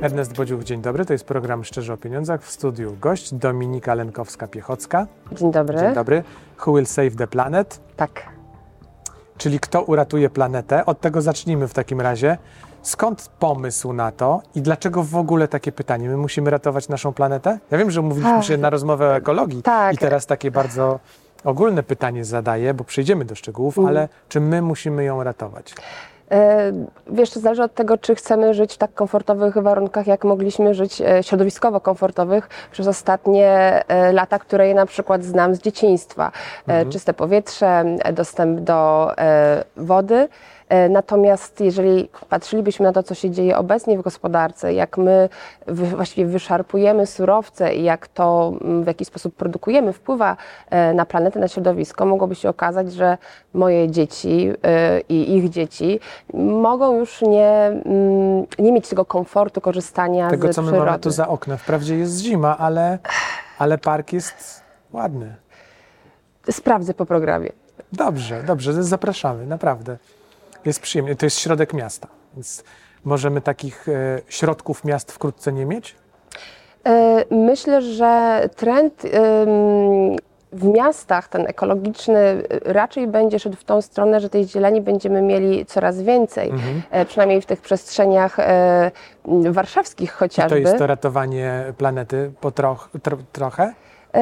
Ernest Bodziuch, dzień dobry. To jest program Szczerze o Pieniądzach. W studiu gość Dominika Lenkowska-Piechocka. Dzień dobry. Dzień dobry. Who will save the planet? Tak. Czyli kto uratuje planetę? Od tego zacznijmy w takim razie. Skąd pomysł na to i dlaczego w ogóle takie pytanie? My musimy ratować naszą planetę? Ja wiem, że umówiliśmy się na rozmowę o ekologii i teraz takie bardzo ogólne pytanie zadaję, bo przejdziemy do szczegółów, ale czy my musimy ją ratować? Wiesz, to zależy od tego, czy chcemy żyć w tak komfortowych warunkach, jak mogliśmy żyć, środowiskowo komfortowych przez ostatnie lata, które ja na przykład znam z dzieciństwa. Czyste powietrze, dostęp do wody. Natomiast jeżeli patrzylibyśmy na to, co się dzieje obecnie w gospodarce, jak my właściwie wyszarpujemy surowce i jak to w jaki sposób produkujemy wpływa na planetę, na środowisko, mogłoby się okazać, że moje dzieci i ich dzieci mogą już nie mieć tego komfortu korzystania z przyrody. Tego, co my mamy tu za oknem. Wprawdzie jest zima, ale park jest ładny. Sprawdzę po programie. Dobrze, zapraszamy, naprawdę. Jest przyjemnie. To jest środek miasta, więc możemy takich środków miast wkrótce nie mieć? Myślę, że trend w miastach, ten ekologiczny, raczej będzie szedł w tą stronę, że tej zieleni będziemy mieli coraz więcej. Przynajmniej w tych przestrzeniach warszawskich chociażby. I to jest to ratowanie planety trochę?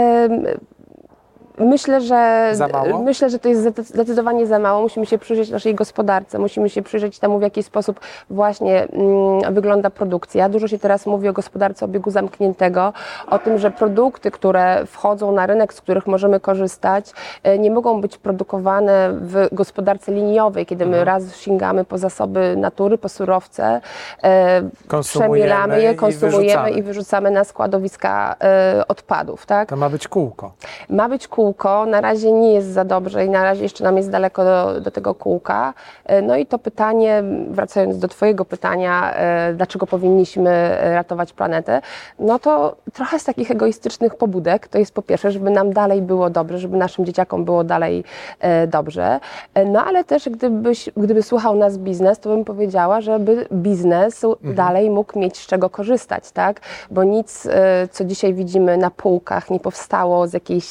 Myślę, że to jest zdecydowanie za mało. Musimy się przyjrzeć naszej gospodarce, musimy się przyjrzeć temu, w jaki sposób właśnie wygląda produkcja. Dużo się teraz mówi o gospodarce obiegu zamkniętego, o tym, że produkty, które wchodzą na rynek, z których możemy korzystać, nie mogą być produkowane w gospodarce liniowej, kiedy my raz sięgamy po zasoby natury, po surowce, przemielamy je, konsumujemy i wyrzucamy na składowiska odpadów. Tak? To ma być kółko. Ma być kółko, na razie nie jest za dobrze i na razie jeszcze nam jest daleko do tego kółka. No i to pytanie, wracając do Twojego pytania, dlaczego powinniśmy ratować planetę, no to trochę z takich egoistycznych pobudek. To jest po pierwsze, żeby nam dalej było dobrze, żeby naszym dzieciakom było dalej dobrze. No ale też gdyby słuchał nas biznes, to bym powiedziała, żeby biznes dalej mógł mieć z czego korzystać, tak? Bo nic, co dzisiaj widzimy na półkach, nie powstało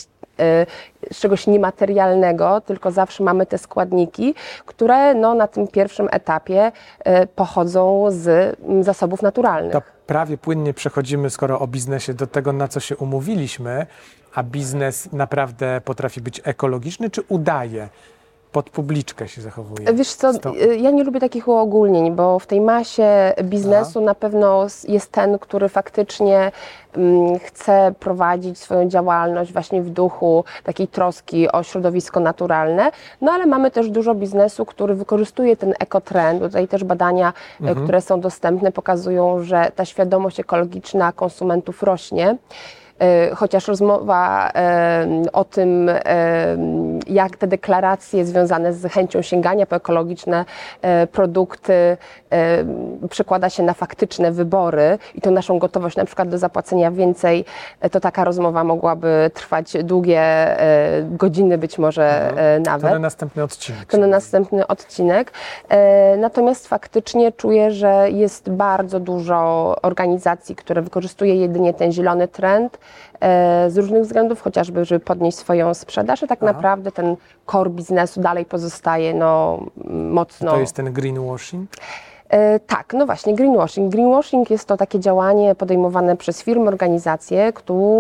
z czegoś niematerialnego, tylko zawsze mamy te składniki, które na tym pierwszym etapie pochodzą z zasobów naturalnych. To prawie płynnie przechodzimy, skoro o biznesie, do tego, na co się umówiliśmy, a biznes naprawdę potrafi być ekologiczny, czy udaje? Pod publiczkę się zachowuje. Wiesz co, ja nie lubię takich uogólnień, bo w tej masie biznesu na pewno jest ten, który faktycznie chce prowadzić swoją działalność właśnie w duchu takiej troski o środowisko naturalne, no ale mamy też dużo biznesu, który wykorzystuje ten ekotrend. Tutaj też badania, które są dostępne, pokazują, że ta świadomość ekologiczna konsumentów rośnie. Chociaż rozmowa o tym, jak te deklaracje związane z chęcią sięgania po ekologiczne produkty przekłada się na faktyczne wybory i to naszą gotowość na przykład do zapłacenia więcej, to taka rozmowa mogłaby trwać długie godziny, być może nawet. To na następny odcinek. To na następny odcinek. Natomiast faktycznie czuję, że jest bardzo dużo organizacji, które wykorzystuje jedynie ten zielony trend z różnych względów, chociażby, żeby podnieść swoją sprzedaż, a tak naprawdę ten core biznesu dalej pozostaje mocno. To jest ten greenwashing? Tak, no właśnie, greenwashing. Greenwashing jest to takie działanie podejmowane przez firmy, organizacje,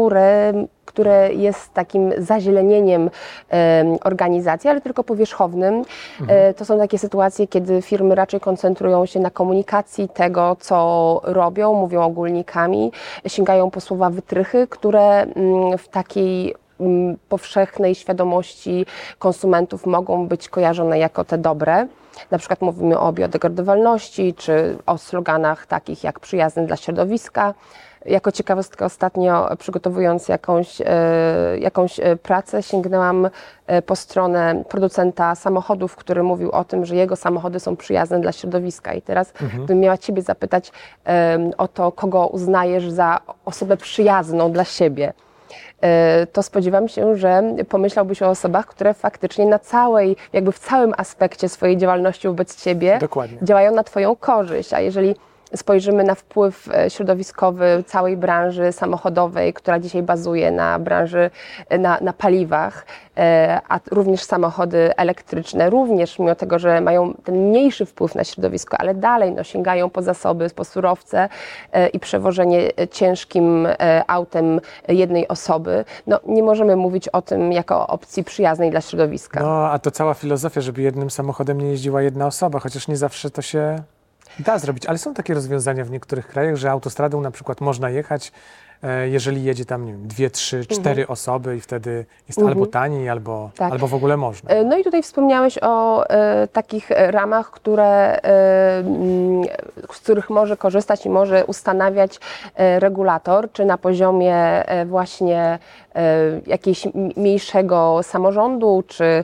które jest takim zazielenieniem organizacji, ale tylko powierzchownym. To są takie sytuacje, kiedy firmy raczej koncentrują się na komunikacji tego, co robią, mówią ogólnikami, sięgają po słowa wytrychy, które w takiej powszechnej świadomości konsumentów mogą być kojarzone jako te dobre. Na przykład mówimy o biodegradowalności, czy o sloganach takich jak przyjazny dla środowiska. Jako ciekawostkę ostatnio, przygotowując jakąś pracę, sięgnęłam po stronę producenta samochodów, który mówił o tym, że jego samochody są przyjazne dla środowiska. I teraz gdybym miała Ciebie zapytać o to, kogo uznajesz za osobę przyjazną dla siebie, to spodziewam się, że pomyślałbyś o osobach, które faktycznie w całym aspekcie swojej działalności wobec Ciebie działają na Twoją korzyść. A jeżeli spojrzymy na wpływ środowiskowy całej branży samochodowej, która dzisiaj bazuje na branży, na paliwach, a również samochody elektryczne, również mimo tego, że mają ten mniejszy wpływ na środowisko, ale dalej sięgają po zasoby, po surowce i przewożenie ciężkim autem jednej osoby, nie możemy mówić o tym jako o opcji przyjaznej dla środowiska. No, a to cała filozofia, żeby jednym samochodem nie jeździła jedna osoba, chociaż nie zawsze to się da zrobić, ale są takie rozwiązania w niektórych krajach, że autostradą na przykład można jechać, jeżeli jedzie tam, nie wiem, 2, 3, 4 osoby i wtedy jest albo taniej, albo w ogóle można. No i tutaj wspomniałeś o takich ramach, z których może korzystać i może ustanawiać regulator, czy na poziomie właśnie jakiegoś mniejszego samorządu, czy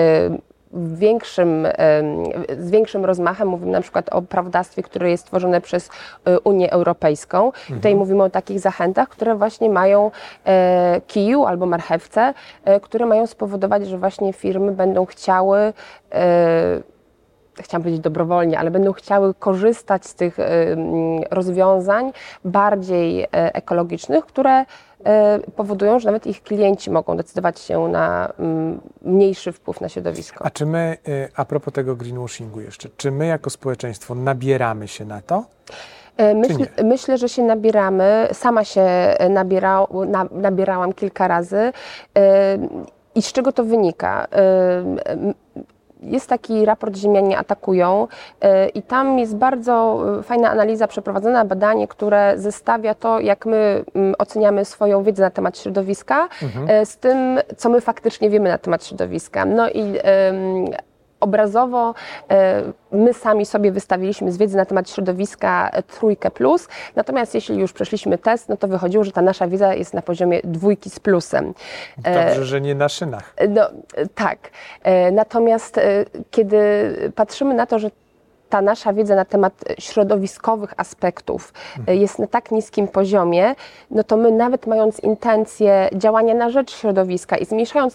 z większym rozmachem. Mówimy na przykład o prawodawstwie, które jest tworzone przez Unię Europejską. Tutaj mówimy o takich zachętach, które właśnie mają kiju albo marchewce, które mają spowodować, że właśnie firmy będą chciały, chciałam powiedzieć dobrowolnie, ale będą chciały korzystać z tych rozwiązań bardziej ekologicznych, które powodują, że nawet ich klienci mogą decydować się na mniejszy wpływ na środowisko. A czy my, a propos tego greenwashingu jeszcze, czy my jako społeczeństwo nabieramy się na to? Myślę, że się nabieramy. Sama się nabierałam kilka razy. I z czego to wynika? Jest taki raport Ziemianie atakują i tam jest bardzo fajna analiza przeprowadzona, badanie, które zestawia to, jak my oceniamy swoją wiedzę na temat środowiska z tym, co my faktycznie wiemy na temat środowiska. No i obrazowo my sami sobie wystawiliśmy z wiedzy na temat środowiska 3+, natomiast jeśli już przeszliśmy test, no to wychodziło, że ta nasza wiedza jest na poziomie 2 z plusem. Dobrze, że nie na szynach. No, tak. Natomiast kiedy patrzymy na to, że ta nasza wiedza na temat środowiskowych aspektów jest na tak niskim poziomie, no to my nawet mając intencję działania na rzecz środowiska i zmniejszając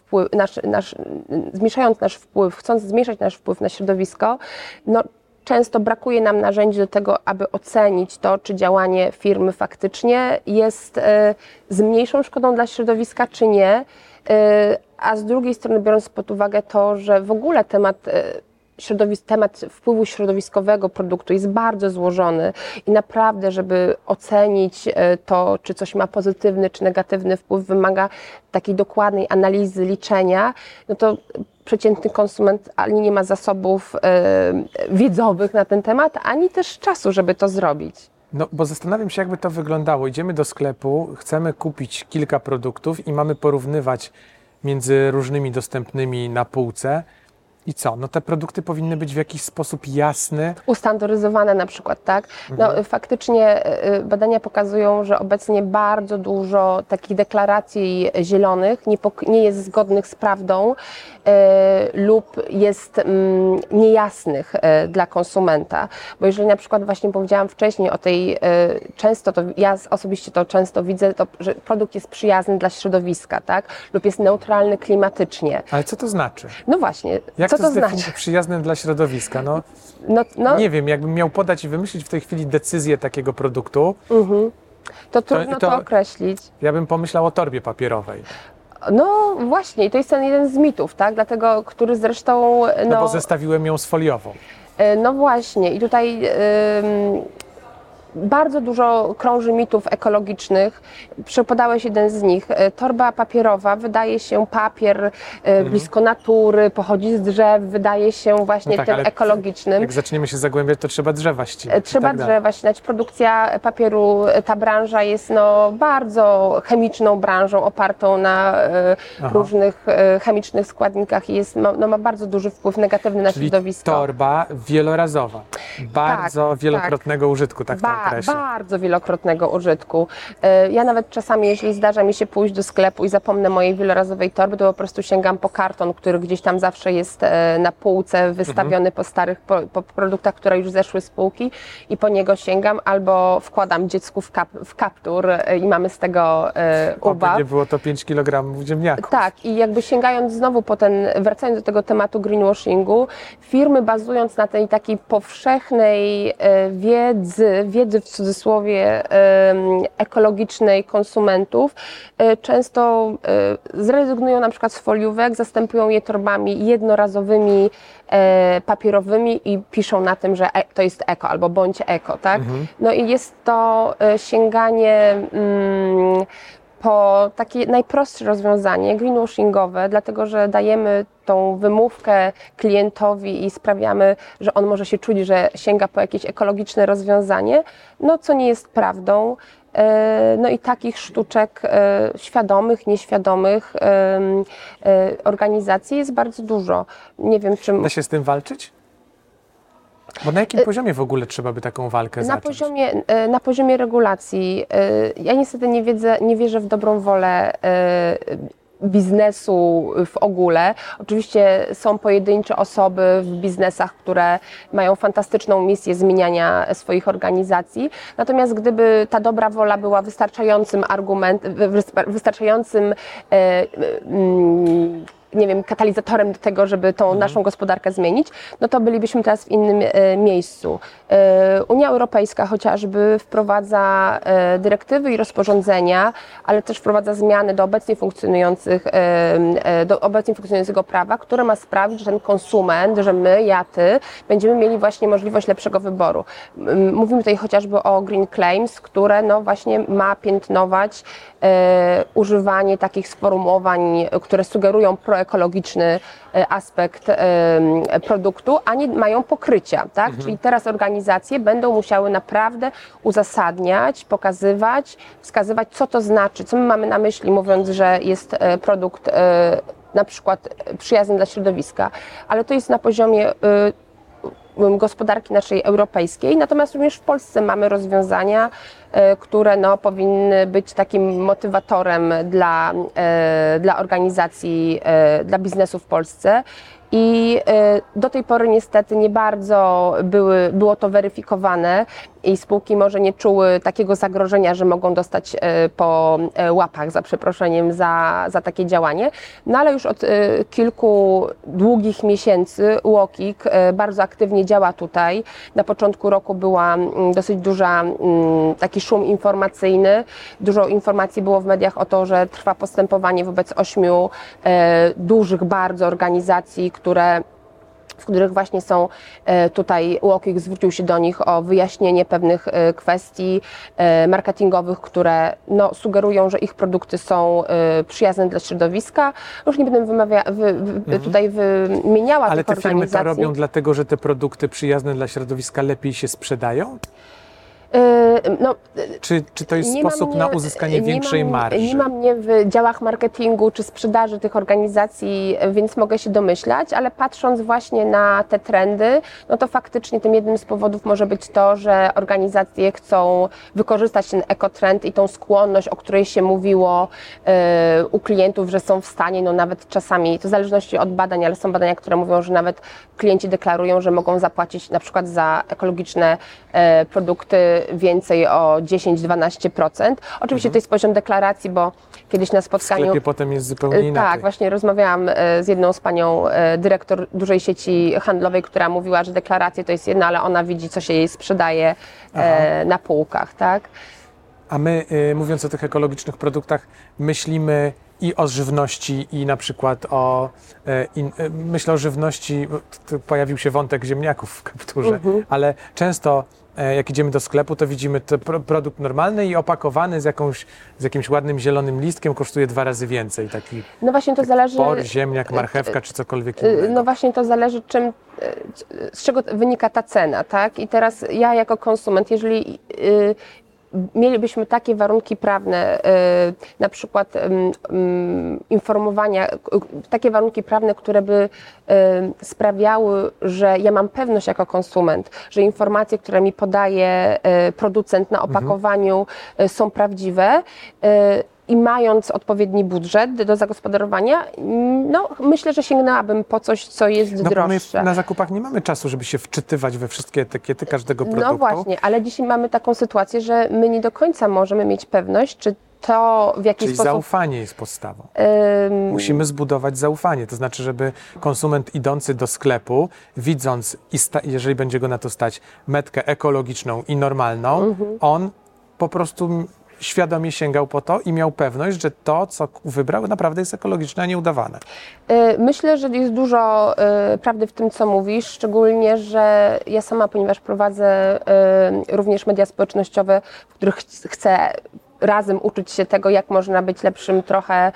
nasz wpływ, chcąc zmniejszać nasz wpływ na środowisko, no często brakuje nam narzędzi do tego, aby ocenić to, czy działanie firmy faktycznie jest z mniejszą szkodą dla środowiska, czy nie. A z drugiej strony, biorąc pod uwagę to, że w ogóle temat wpływu środowiskowego produktu jest bardzo złożony i naprawdę, żeby ocenić to, czy coś ma pozytywny czy negatywny wpływ, wymaga takiej dokładnej analizy, liczenia, no to przeciętny konsument ani nie ma zasobów wiedzowych na ten temat, ani też czasu, żeby to zrobić. No, bo zastanawiam się, jakby to wyglądało. Idziemy do sklepu, chcemy kupić kilka produktów i mamy porównywać między różnymi dostępnymi na półce. I co? No te produkty powinny być w jakiś sposób jasne. Ustandaryzowane na przykład, tak? No, faktycznie badania pokazują, że obecnie bardzo dużo takich deklaracji zielonych nie jest zgodnych z prawdą lub jest niejasnych dla konsumenta. Bo jeżeli na przykład właśnie powiedziałam wcześniej o tej, ja osobiście to często widzę, że produkt jest przyjazny dla środowiska, tak? Lub jest neutralny klimatycznie. Ale co to znaczy? No właśnie. Jak to znaczy? Przyjaznym dla środowiska? Nie wiem, jakbym miał podać i wymyślić w tej chwili decyzję takiego produktu, to trudno to określić. Ja bym pomyślał o torbie papierowej. No właśnie, to jest ten jeden z mitów, tak? Dlatego, który zresztą... No bo zestawiłem ją z foliową. No właśnie i tutaj... Bardzo dużo krąży mitów ekologicznych. Podałeś jeden z nich. Torba papierowa, wydaje się papier blisko natury, pochodzi z drzew, wydaje się właśnie tym ekologicznym. Jak zaczniemy się zagłębiać, to trzeba drzewa ścinać. Trzeba drzewa ścinać. Produkcja papieru, ta branża jest bardzo chemiczną branżą, opartą na różnych chemicznych składnikach i ma bardzo duży wpływ negatywny na środowisko. Torba wielorazowa, bardzo wielokrotnego użytku, tak to zakresie. Bardzo wielokrotnego użytku. Ja nawet czasami, jeśli zdarza mi się pójść do sklepu i zapomnę mojej wielorazowej torby, to po prostu sięgam po karton, który gdzieś tam zawsze jest na półce wystawiony po starych po produktach, które już zeszły z półki i po niego sięgam, albo wkładam dziecku w kaptur i mamy z tego ubaw. Nie było to 5 kg ziemniaków. Tak, i jakby sięgając znowu wracając do tego tematu greenwashingu, firmy bazując na tej takiej powszechnej wiedzy w cudzysłowie ekologicznej konsumentów, często zrezygnują na przykład z foliówek, zastępują je torbami jednorazowymi, papierowymi i piszą na tym, że to jest eko albo bądź eko, tak? No i jest to sięganie po takie najprostsze rozwiązanie greenwashingowe, dlatego że dajemy tą wymówkę klientowi i sprawiamy, że on może się czuć, że sięga po jakieś ekologiczne rozwiązanie, no co nie jest prawdą. No i takich sztuczek świadomych, nieświadomych organizacji jest bardzo dużo. Nie wiem, czym... Da się z tym walczyć? Bo na jakim poziomie w ogóle trzeba by taką walkę zacząć? Na poziomie regulacji. Ja niestety nie wierzę w dobrą wolę biznesu w ogóle. Oczywiście są pojedyncze osoby w biznesach, które mają fantastyczną misję zmieniania swoich organizacji. Natomiast gdyby ta dobra wola była wystarczającym nie wiem, katalizatorem do tego, żeby tą naszą gospodarkę zmienić, no to bylibyśmy teraz w innym miejscu. Unia Europejska chociażby wprowadza dyrektywy i rozporządzenia, ale też wprowadza zmiany do obecnie funkcjonującego prawa, które ma sprawić, że ten konsument, że my, ty, będziemy mieli właśnie możliwość lepszego wyboru. Mówimy tutaj chociażby o Green Claims, które no właśnie ma piętnować używanie takich sformułowań, które sugerują proekologiczny aspekt produktu, a nie mają pokrycia, tak? Czyli teraz organizacje będą musiały naprawdę uzasadniać, pokazywać, wskazywać, co to znaczy, co my mamy na myśli, mówiąc, że jest produkt na przykład przyjazny dla środowiska, ale to jest na poziomie gospodarki naszej europejskiej, natomiast również w Polsce mamy rozwiązania, które no, powinny być takim motywatorem dla organizacji, dla biznesu w Polsce. I do tej pory niestety nie bardzo było to weryfikowane i spółki może nie czuły takiego zagrożenia, że mogą dostać po łapach, za przeproszeniem, za takie działanie. No ale już od kilku długich miesięcy UOKiK bardzo aktywnie działa tutaj. Na początku roku była dosyć taki szum informacyjny. Dużo informacji było w mediach o to, że trwa postępowanie wobec 8 dużych bardzo organizacji, w których właśnie są tutaj UOKiK zwrócił się do nich o wyjaśnienie pewnych kwestii marketingowych, które no, sugerują, że ich produkty są przyjazne dla środowiska. Już nie będę tutaj wymieniała tych organizacji. Ale te firmy to robią dlatego, że te produkty przyjazne dla środowiska lepiej się sprzedają? No, czy to jest sposób na uzyskanie większej marży? Nie mam mnie w działach marketingu czy sprzedaży tych organizacji, więc mogę się domyślać, ale patrząc właśnie na te trendy, no to faktycznie tym jednym z powodów może być to, że organizacje chcą wykorzystać ten ekotrend i tą skłonność, o której się mówiło u klientów, że są w stanie, no nawet czasami, to w zależności od badań, ale są badania, które mówią, że nawet klienci deklarują, że mogą zapłacić na przykład za ekologiczne produkty więcej o 10-12%. Oczywiście to jest poziom deklaracji, bo kiedyś na spotkaniu... W sklepie potem jest zupełnie inaczej. Tak, właśnie rozmawiałam z jedną z panią dyrektor dużej sieci handlowej, która mówiła, że deklaracje to jest jedno, ale ona widzi, co się jej sprzedaje na półkach, tak? A my, mówiąc o tych ekologicznych produktach, myślimy i o żywności, i na przykład myślę o żywności, pojawił się wątek ziemniaków w kapturze, ale często jak idziemy do sklepu, to widzimy produkt normalny i opakowany z jakimś ładnym zielonym listkiem, kosztuje 2 razy więcej. Taki, no właśnie to zależy... Por, ziemniak, marchewka czy cokolwiek innego. No właśnie to zależy z czego wynika ta cena, tak? I teraz ja jako konsument, jeżeli mielibyśmy takie warunki prawne, na przykład informowania, takie warunki prawne, które by sprawiały, że ja mam pewność jako konsument, że informacje, które mi podaje producent na opakowaniu są prawdziwe, i mając odpowiedni budżet do zagospodarowania, no myślę, że sięgnęłabym po coś, co jest droższe. My na zakupach nie mamy czasu, żeby się wczytywać we wszystkie etykiety każdego produktu. No właśnie, ale dzisiaj mamy taką sytuację, że my nie do końca możemy mieć pewność, czy to w jaki Czyli sposób... zaufanie jest podstawą. Musimy zbudować zaufanie, to znaczy, żeby konsument idący do sklepu, widząc, jeżeli będzie go na to stać, metkę ekologiczną i normalną, on po prostu świadomie sięgał po to i miał pewność, że to, co wybrał, naprawdę jest ekologiczne, a nie udawane. Myślę, że jest dużo prawdy w tym, co mówisz, szczególnie, że ja sama, ponieważ prowadzę również media społecznościowe, w których chcę razem uczyć się tego, jak można być lepszym trochę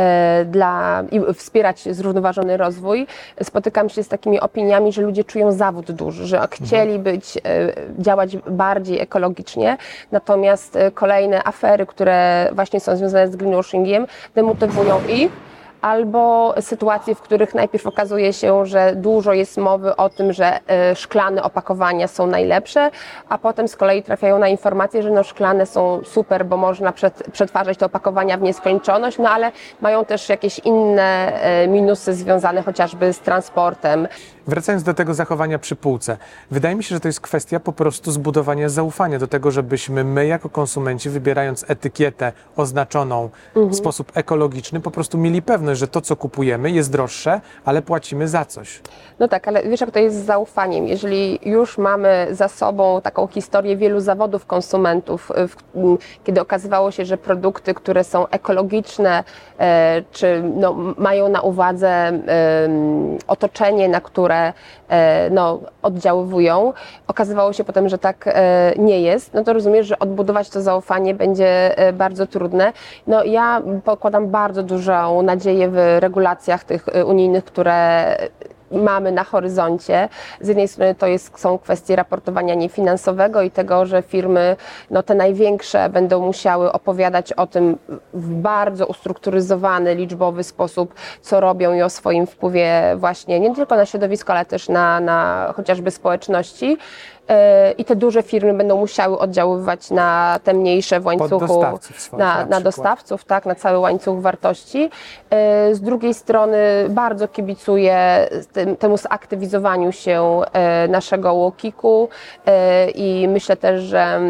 i wspierać zrównoważony rozwój. Spotykam się z takimi opiniami, że ludzie czują zawód duży, że chcieli działać bardziej ekologicznie, natomiast kolejne afery, które właśnie są związane z greenwashingiem, demotywują ich. Albo sytuacje, w których najpierw okazuje się, że dużo jest mowy o tym, że szklane opakowania są najlepsze, a potem z kolei trafiają na informację, że no szklane są super, bo można przetwarzać te opakowania w nieskończoność, no ale mają też jakieś inne minusy związane chociażby z transportem. Wracając do tego zachowania przy półce, wydaje mi się, że to jest kwestia po prostu zbudowania zaufania do tego, żebyśmy my jako konsumenci, wybierając etykietę oznaczoną w sposób ekologiczny, po prostu mieli pewność, że to, co kupujemy, jest droższe, ale płacimy za coś. No tak, ale wiesz, jak to jest z zaufaniem. Jeżeli już mamy za sobą taką historię wielu zawodów konsumentów, kiedy okazywało się, że produkty, które są ekologiczne, czy no, mają na uwadze otoczenie, na które oddziaływują, okazywało się potem, że tak nie jest, no to rozumiesz, że odbudować to zaufanie będzie bardzo trudne. No ja pokładam bardzo dużą nadzieję w regulacjach tych unijnych, które mamy na horyzoncie. Z jednej strony to są kwestie raportowania niefinansowego i tego, że firmy, no te największe, będą musiały opowiadać o tym w bardzo ustrukturyzowany, liczbowy sposób, co robią i o swoim wpływie właśnie nie tylko na środowisko, ale też na chociażby społeczności. I te duże firmy będą musiały oddziaływać na te mniejsze w łańcuchu, na dostawców, tak, na cały łańcuch wartości. Z drugiej strony bardzo kibicuję temu zaktywizowaniu się naszego UOKiK-u i myślę też, że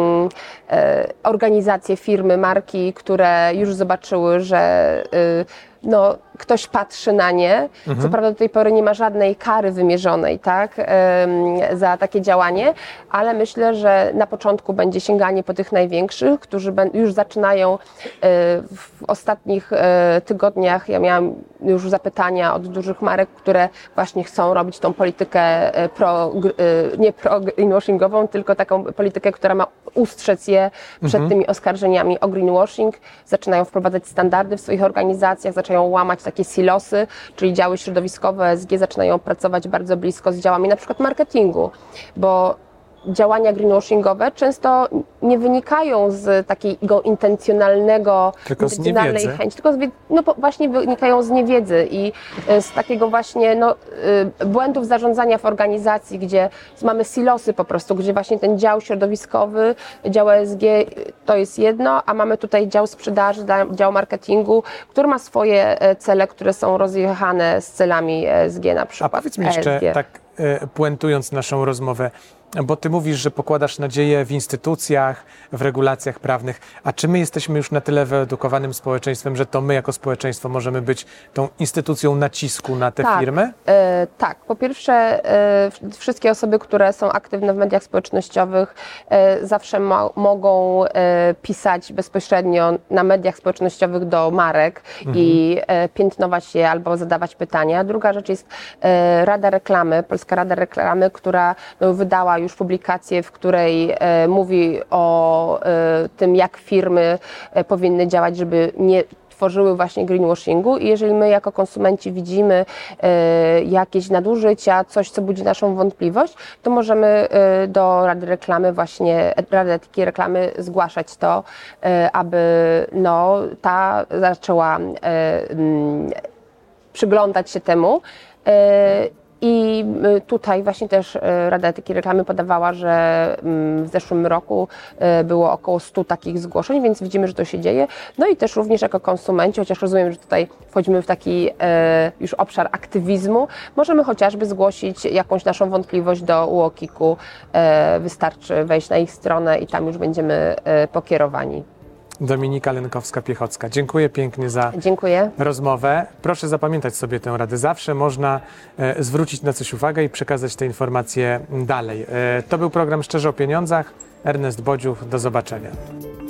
organizacje, firmy, marki, które już zobaczyły, że no, ktoś patrzy na nie. Co prawda do tej pory nie ma żadnej kary wymierzonej, tak, za takie działanie, ale myślę, że na początku będzie sięganie po tych największych, którzy już zaczynają w ostatnich tygodniach. Ja miałam już zapytania od dużych marek, które właśnie chcą robić tą politykę nie pro-greenwashingową, tylko taką politykę, która ma ustrzec je przed tymi oskarżeniami o greenwashing. Zaczynają wprowadzać standardy w swoich organizacjach, zaczynają łamać takie silosy, czyli działy środowiskowe ESG zaczynają pracować bardzo blisko z działami na przykład marketingu, bo działania greenwashingowe często nie wynikają z takiego intencjonalnej chęci, tylko właśnie wynikają z niewiedzy i z takiego właśnie błędów zarządzania w organizacji, gdzie mamy silosy po prostu, gdzie właśnie ten dział środowiskowy, dział ESG to jest jedno, a mamy tutaj dział sprzedaży, dział marketingu, który ma swoje cele, które są rozjechane z celami ESG na przykład. A powiedz mi jeszcze, tak puentując naszą rozmowę, bo ty mówisz, że pokładasz nadzieję w instytucjach, w regulacjach prawnych, a czy my jesteśmy już na tyle wyedukowanym społeczeństwem, że to my jako społeczeństwo możemy być tą instytucją nacisku na te firmy? Tak. Po pierwsze, wszystkie osoby, które są aktywne w mediach społecznościowych zawsze mogą pisać bezpośrednio na mediach społecznościowych do marek i piętnować je albo zadawać pytania. Druga rzecz jest Rada Reklamy, Polska Rada Reklamy, która wydała już publikację, w której mówi o tym, jak firmy powinny działać, żeby nie tworzyły właśnie greenwashingu i jeżeli my jako konsumenci widzimy jakieś nadużycia, coś, co budzi naszą wątpliwość, to możemy do Rady Reklamy właśnie, Rady Etyki Reklamy zgłaszać to, aby no, ta zaczęła przyglądać się temu. I tutaj właśnie też Rada Etyki Reklamy podawała, że w zeszłym roku było około 100 takich zgłoszeń, więc widzimy, że to się dzieje. No i też również jako konsumenci, chociaż rozumiem, że tutaj wchodzimy w taki już obszar aktywizmu, możemy chociażby zgłosić jakąś naszą wątpliwość do UOKiK-u. Wystarczy wejść na ich stronę i tam już będziemy pokierowani. Dominika Lenkowska-Piechocka. Dziękuję pięknie za Dziękuję. rozmowę. Proszę zapamiętać sobie tę radę. Zawsze można zwrócić na coś uwagę i przekazać te informacje dalej. To był program Szczerze o Pieniądzach. Ernest Bodziuch. Do zobaczenia.